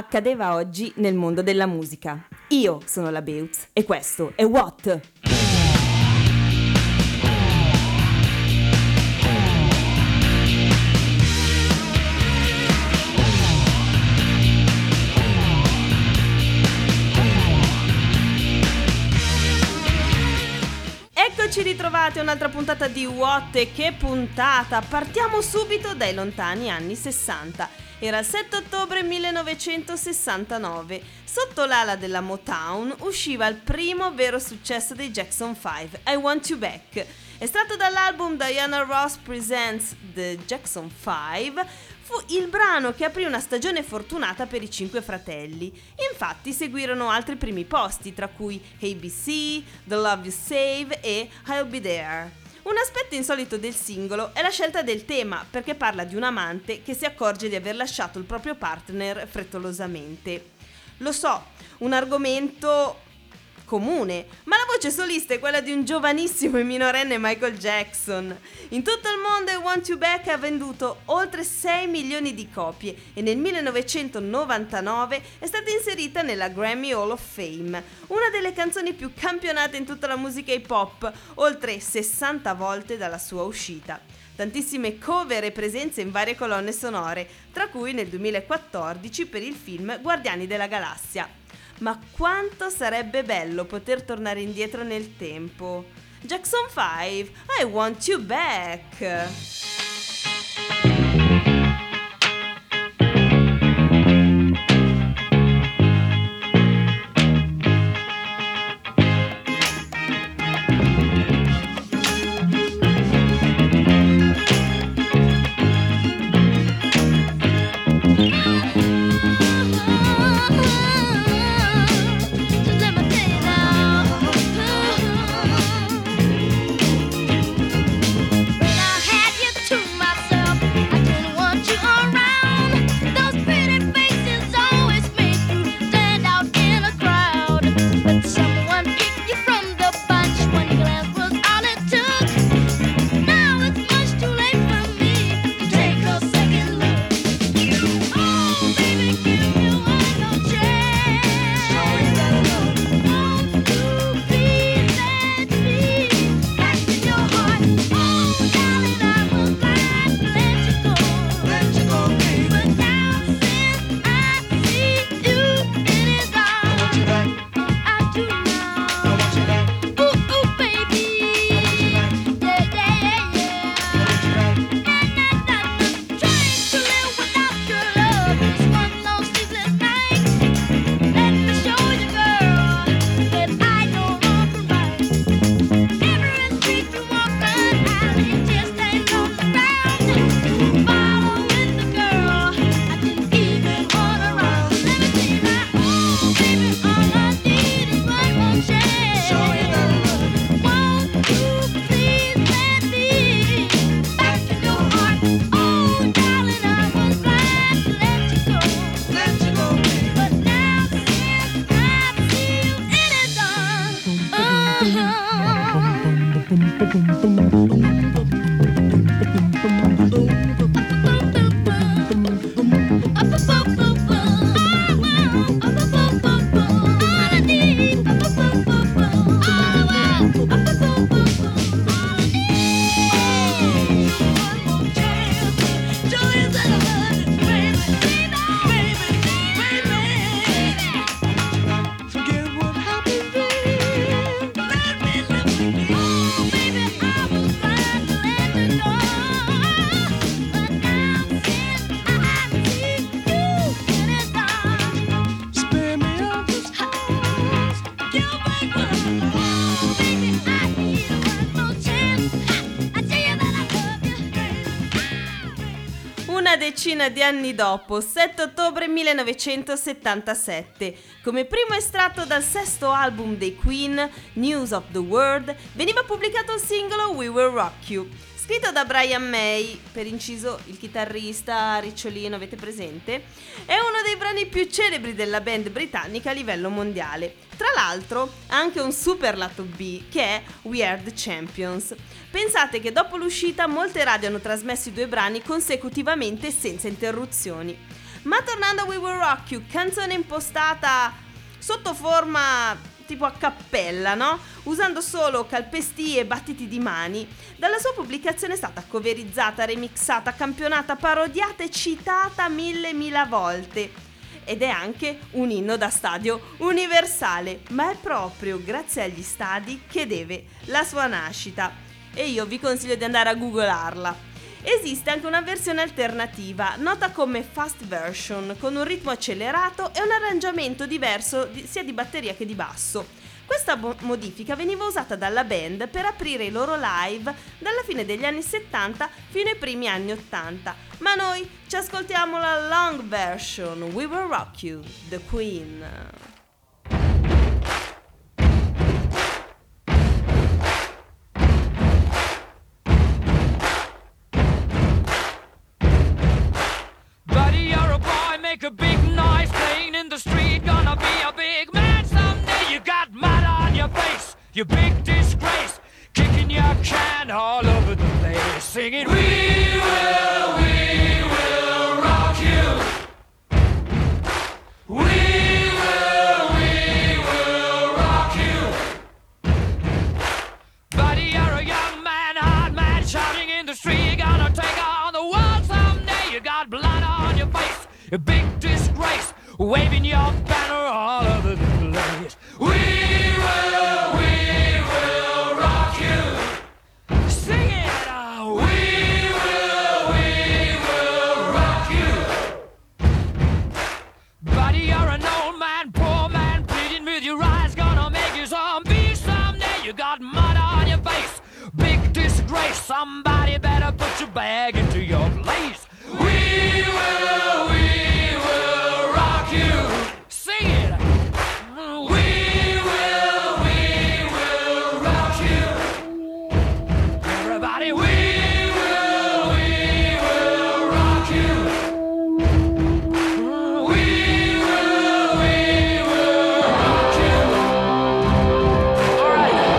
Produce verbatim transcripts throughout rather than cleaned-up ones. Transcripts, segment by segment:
accadeva oggi nel mondo della musica. Io sono la Beutz e questo è What? Eccoci ritrovati a un'altra puntata di What, e che puntata! Partiamo subito dai lontani anni sessanta. Era il sette ottobre millenovecentosessantanove. Sotto l'ala della Motown usciva il primo vero successo dei Jackson five, I Want You Back. Estratto dall'album Diana Ross Presents The Jackson five, fu il brano che aprì una stagione fortunata per i cinque fratelli. Infatti seguirono altri primi posti, tra cui A B C, The Love You Save e I'll Be There. Un aspetto insolito del singolo è la scelta del tema, perché parla di un amante che si accorge di aver lasciato il proprio partner frettolosamente. Lo so, un argomento comune, ma la voce solista è quella di un giovanissimo e minorenne Michael Jackson. In tutto il mondo I Want You Back ha venduto oltre sei milioni di copie e nel millenovecentonovantanove è stata inserita nella Grammy Hall of Fame, una delle canzoni più campionate in tutta la musica hip hop, oltre sessanta volte dalla sua uscita. Tantissime cover e presenze in varie colonne sonore, tra cui nel duemilaquattordici per il film Guardiani della Galassia. Ma quanto sarebbe bello poter tornare indietro nel tempo. Jackson five, I Want You Back! Decina di anni dopo, sette ottobre millenovecentosettantasette, come primo estratto dal sesto album dei Queen, News of the World, veniva pubblicato il singolo We Will Rock You, scritto da Brian May, per inciso il chitarrista Ricciolino, avete presente? È uno dei brani più celebri della band britannica a livello mondiale. Tra l'altro ha anche un super lato B, che è We Are the Champions. Pensate che dopo l'uscita molte radio hanno trasmesso i due brani consecutivamente senza interruzioni. Ma tornando a We Will Rock You, canzone impostata sotto forma tipo a cappella, no? Usando solo calpestì e battiti di mani, dalla sua pubblicazione è stata coverizzata, remixata, campionata, parodiata e citata mille mila volte. Ed è anche un inno da stadio universale, ma è proprio grazie agli stadi che deve la sua nascita. E io vi consiglio di andare a googlarla. Esiste anche una versione alternativa, nota come fast version, con un ritmo accelerato e un arrangiamento diverso di, sia di batteria che di basso. Questa bo- modifica veniva usata dalla band per aprire i loro live dalla fine degli anni settanta fino ai primi anni ottanta. Ma noi ci ascoltiamo la long version, We Will Rock You, The Queen. Buddy, you're a boy, make a big noise playing in the street, gonna be a big man someday. You got mud on your face, you big disgrace, kicking your can all over the place, singing We will, we will rock you. We will, we will rock you. Buddy, you're a young man, hard man, shouting in the street, gonna take on the world someday. You got blood on your face, a big disgrace, waving your banner all over the place. We will, we will rock you. Sing it out. We will, we will rock you. Buddy, you're an old man, poor man, pleading with your eyes, gonna make you zombie someday. You got mud on your face, big disgrace, somebody better put your bag into your place. We will, we will rock you. Sing it. We will, we will rock you. Everybody, we will, we will rock you. We will, we will rock you. All right.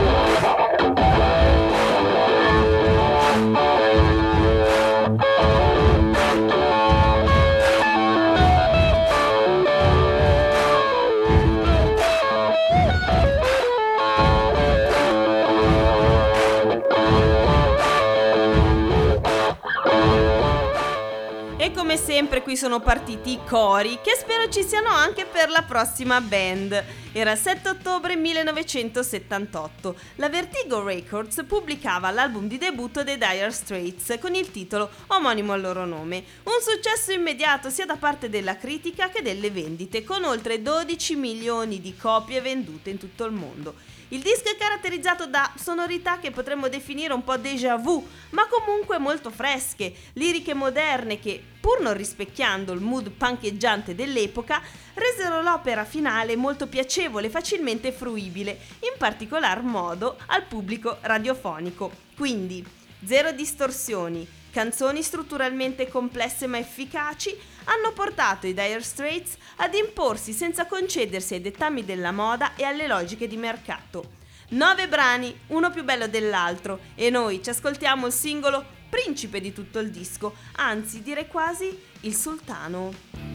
E come sempre qui sono partiti i cori, che spero ci siano anche per la prossima band. Era il sette ottobre millenovecentosettantotto. La Vertigo Records pubblicava l'album di debutto dei Dire Straits con il titolo omonimo al loro nome. Un successo immediato sia da parte della critica che delle vendite, con oltre dodici milioni di copie vendute in tutto il mondo. Il disco è caratterizzato da sonorità che potremmo definire un po' déjà vu, ma comunque molto fresche, liriche moderne che, pur non rispecchiando il mood punkeggiante dell'epoca, resero l'opera finale molto piacevole e facilmente fruibile, in particolar modo al pubblico radiofonico. Quindi, zero distorsioni, canzoni strutturalmente complesse ma efficaci, hanno portato i Dire Straits ad imporsi senza concedersi ai dettami della moda e alle logiche di mercato. Nove brani, uno più bello dell'altro, e noi ci ascoltiamo il singolo principe di tutto il disco, anzi direi quasi il sultano.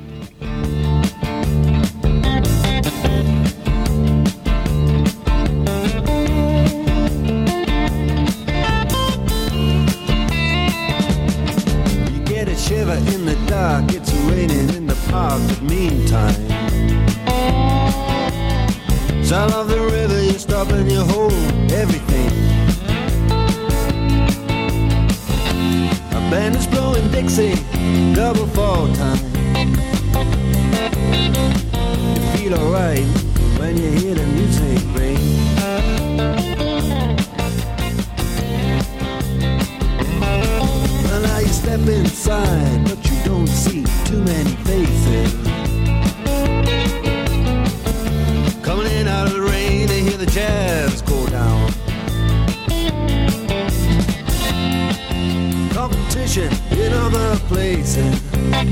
Shiver in the dark, it's raining in the park, but meantime sound of the river, you stop and you hold everything. A band is blowing Dixie, double fall time. You feel alright when you hear the music ring. Step inside, but you don't see too many faces. Coming in out of the rain, they hear the jazz go down. Competition in other places,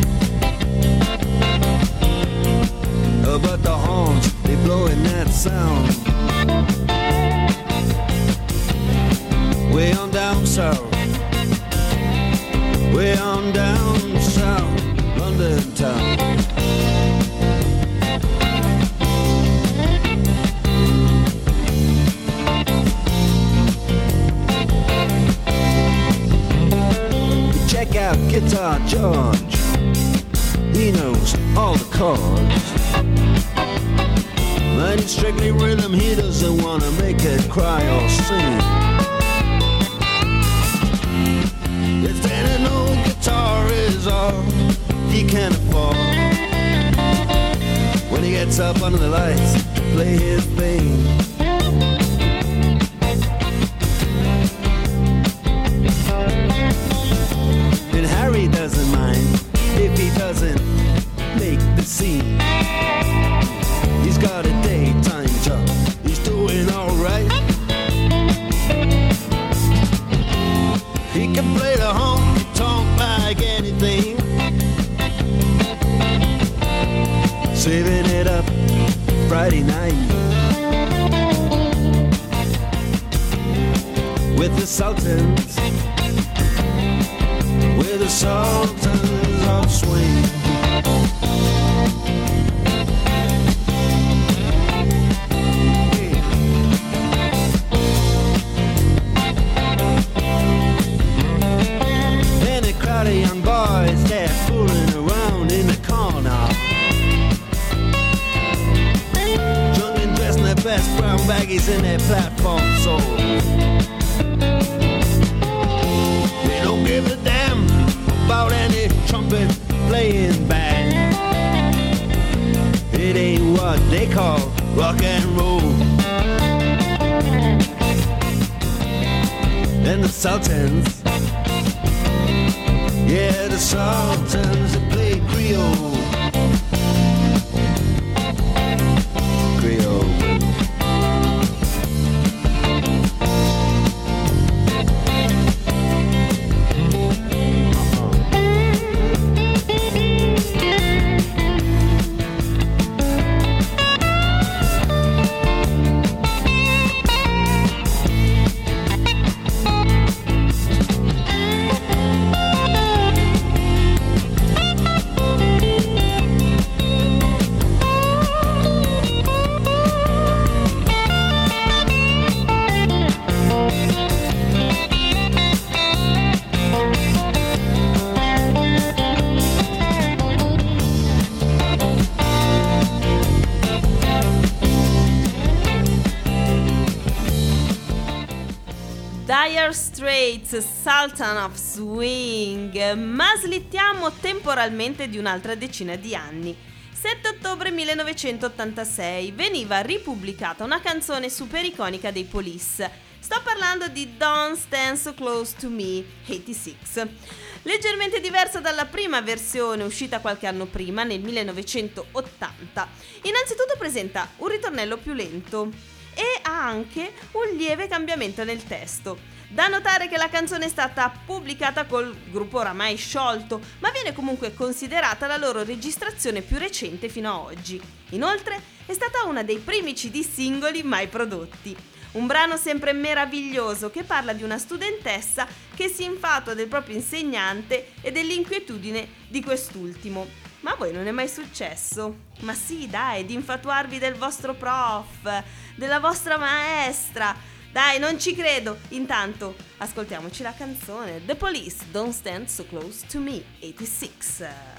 uh, but the horns, they blowing that sound. Way on down south, way on down Southern town. Check out Guitar George, he knows all the chords. But it's strictly rhythm, he doesn't want to make it cry or sing. If an old guitar is all he can afford, when he gets up under the lights to play his thing, and Harry doesn't mind if he doesn't make the scene. He's got a daytime job, he's doing alright. He can play the honky tonk like anything, saving it up Friday night with the Sultans, with the Sultans of Swing. And a crowd of young boys, they're fooling around in the corner, drunk and dressed in their best brown baggies in their platform soles. They don't give a damn about any trumpet playing band. It ain't what they call rock and roll. And the Sultans, yeah, the Sultans that play Creole. Creole. Dire Straits, Sultan of Swing. Ma slittiamo temporalmente di un'altra decina di anni. sette ottobre millenovecentottantasei veniva ripubblicata una canzone super iconica dei Police. Sto parlando di Don't Stand So Close To Me, ottantasei. Leggermente diversa dalla prima versione uscita qualche anno prima, nel millenovecentottanta. Innanzitutto presenta un ritornello più lento e ha anche un lieve cambiamento nel testo. Da notare che la canzone è stata pubblicata col gruppo oramai sciolto, ma viene comunque considerata la loro registrazione più recente fino a oggi. Inoltre è stata una dei primi C D singoli mai prodotti. Un brano sempre meraviglioso che parla di una studentessa che si infatua del proprio insegnante e dell'inquietudine di quest'ultimo. Ma a voi non è mai successo? Ma sì, dai, di infatuarvi del vostro prof, della vostra maestra. Dai, non ci credo. Intanto, ascoltiamoci la canzone The Police, Don't Stand So Close To Me, ottantasei.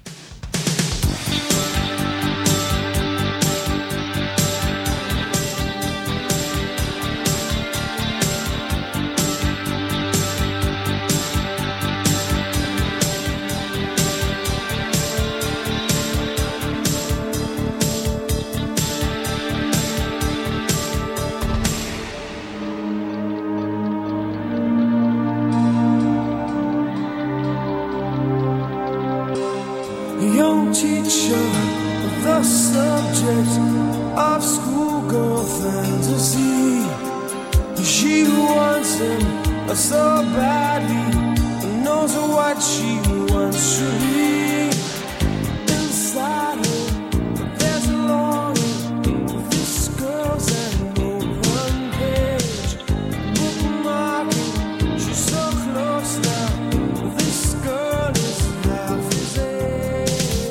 Young teacher of the subject of schoolgirl fantasy. She wants him so badly and knows what she wants to be. Inside her, there's a longing. This girl's an open page, bookmarking. She's so close now. This girl is half his age.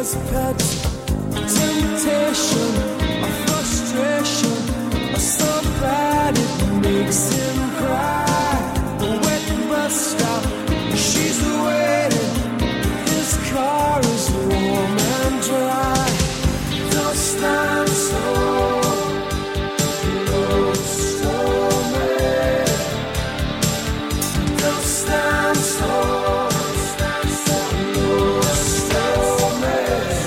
as pets. Temptation, a frustration, a so bad it makes him cry. A wet bus stop, she's waiting. His car is warm and dry. Don't stand so close to me. Don't stand so close to me.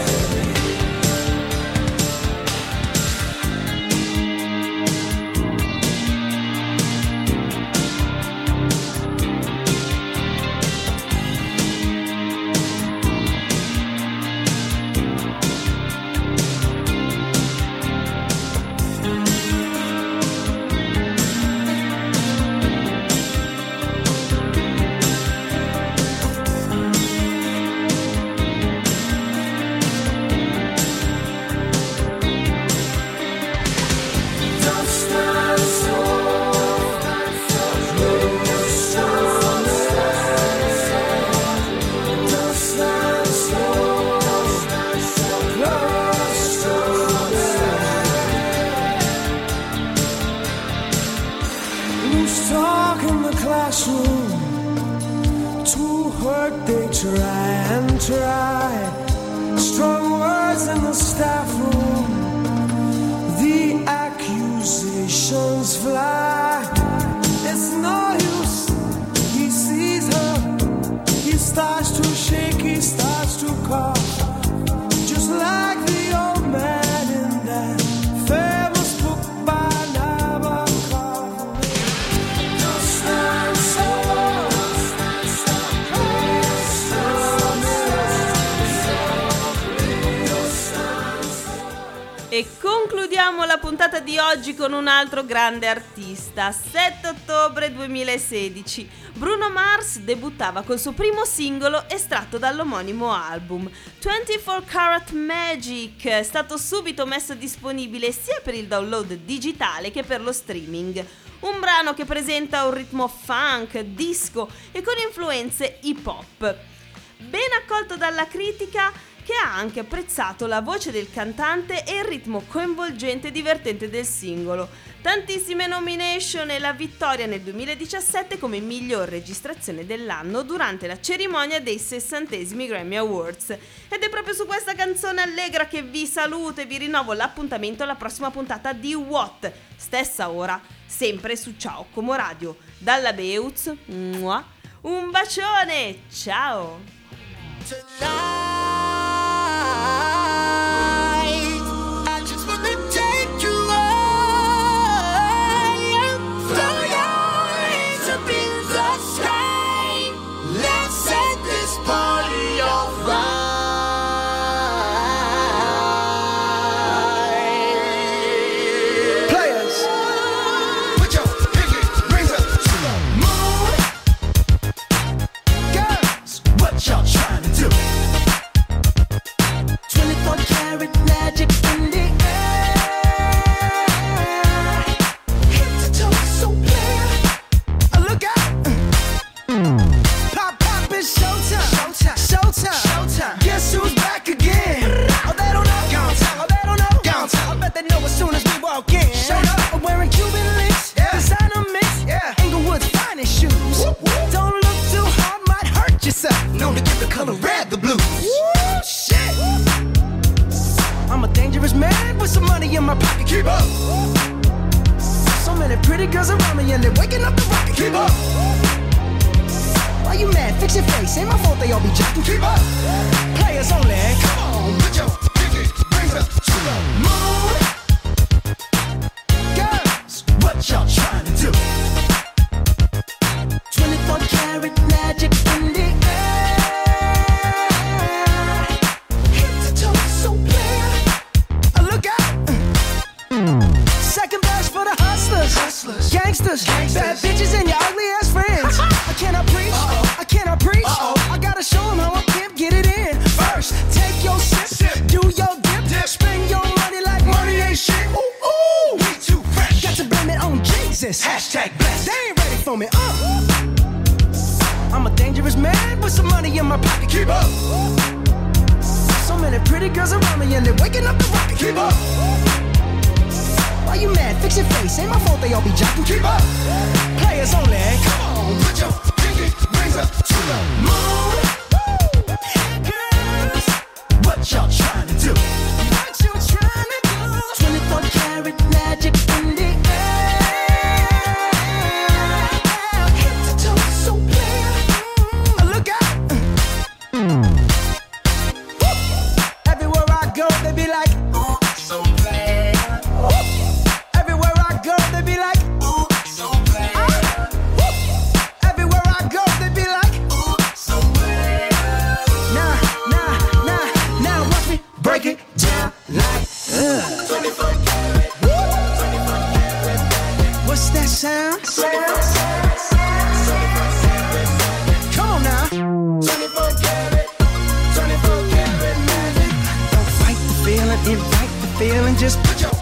Try and try, strong words in the staff room, the accusations fly. It's no use, he sees her, he starts to shake, he starts to cough, just like the old man in that famous book by Nabokov. Don't stand so. E concludiamo la puntata di oggi con un altro grande artista. sette ottobre duemilasedici, Bruno Mars debuttava col suo primo singolo estratto dall'omonimo album. ventiquattro Karat Magic è stato subito messo disponibile sia per il download digitale che per lo streaming. Un brano che presenta un ritmo funk, disco e con influenze hip hop. Ben accolto dalla critica, che ha anche apprezzato la voce del cantante e il ritmo coinvolgente e divertente del singolo. Tantissime nomination e la vittoria nel duemiladiciassette come miglior registrazione dell'anno durante la cerimonia dei sessantesimi Grammy Awards. Ed è proprio su questa canzone allegra che vi saluto e vi rinnovo l'appuntamento alla prossima puntata di What, stessa ora, sempre su Ciao Como Radio. Dalla Beutz, mua, un bacione, ciao! I just wanna take you high, throw your hands up in the sky. Let's set this party on fire. Players, put your pinky rings up to the moon. Girls, what y'all trying to do? twenty-four karat magic in the air. Head to toe, so clear. Oh, look out. Pop, pop, it's showtime. Showtime. Showtime. Showtime. Guess who's back again? Oh, they don't know. Gone time. Oh, they don't know. Gone time. I bet they know as soon as we walk in. Showed up. I'm wearing Cuban links. Yeah. Designer mix. Yeah. Inglewood's finest shoes. Whoop, whoop. Don't look too hard, might hurt yourself. Known to give the color red the blues. Woo, shit. I'm a dangerous man with some money in my pocket. Keep up. So many pretty girls around me and they're waking up the rocket. Keep up. Why you mad? Fix your face. Ain't my fault they all be jacking. Keep up. Players only. Come on, put your pinky rings up to the moon. Girls, what y'all trying to do? twenty-four karat magic in the air. Head to toe, so clear. Look out! Second best for the hustlers, hustlers. Gangsters, gangsters, bad bitches and your ugly ass friends. I cannot preach, uh-oh. I cannot preach. Uh-oh. I gotta show them how I pimp get it in. First, take your sip, sip. Do your dip, dip, spend your money like money ain't shit. Ooh, ooh, we too fresh. Got to blame it on Jesus. Hashtag blessed. They ain't ready for me. Uh. I'm a dangerous man with some money in my pocket. Keep up. So many hundred pretty girls around me and they're waking up the rocket. Keep up. Why you mad? Fix your face. Ain't my fault they all be jocking. Keep up. Players only. Come on, put your pinky rings up to the moon. Woo. Girls, what y'all trying to do? What you trying to do? twenty-four karat magic in the air. Head to toe, so clear. Mm, look out. Mm. Everywhere I go, they be like, ooh, so bad. Everywhere I go, they be like, ooh, so bad. Ah. Everywhere I go, they be like, ooh, so bad. Nah, nah, nah, now watch me break it down like, uh. twenty-four karat, twenty-four karat magic. What's that sound? Sound, sound, sound. Come on now. twenty-four karat, twenty-four karat magic. Don't fight the feeling, invite the feeling, just put your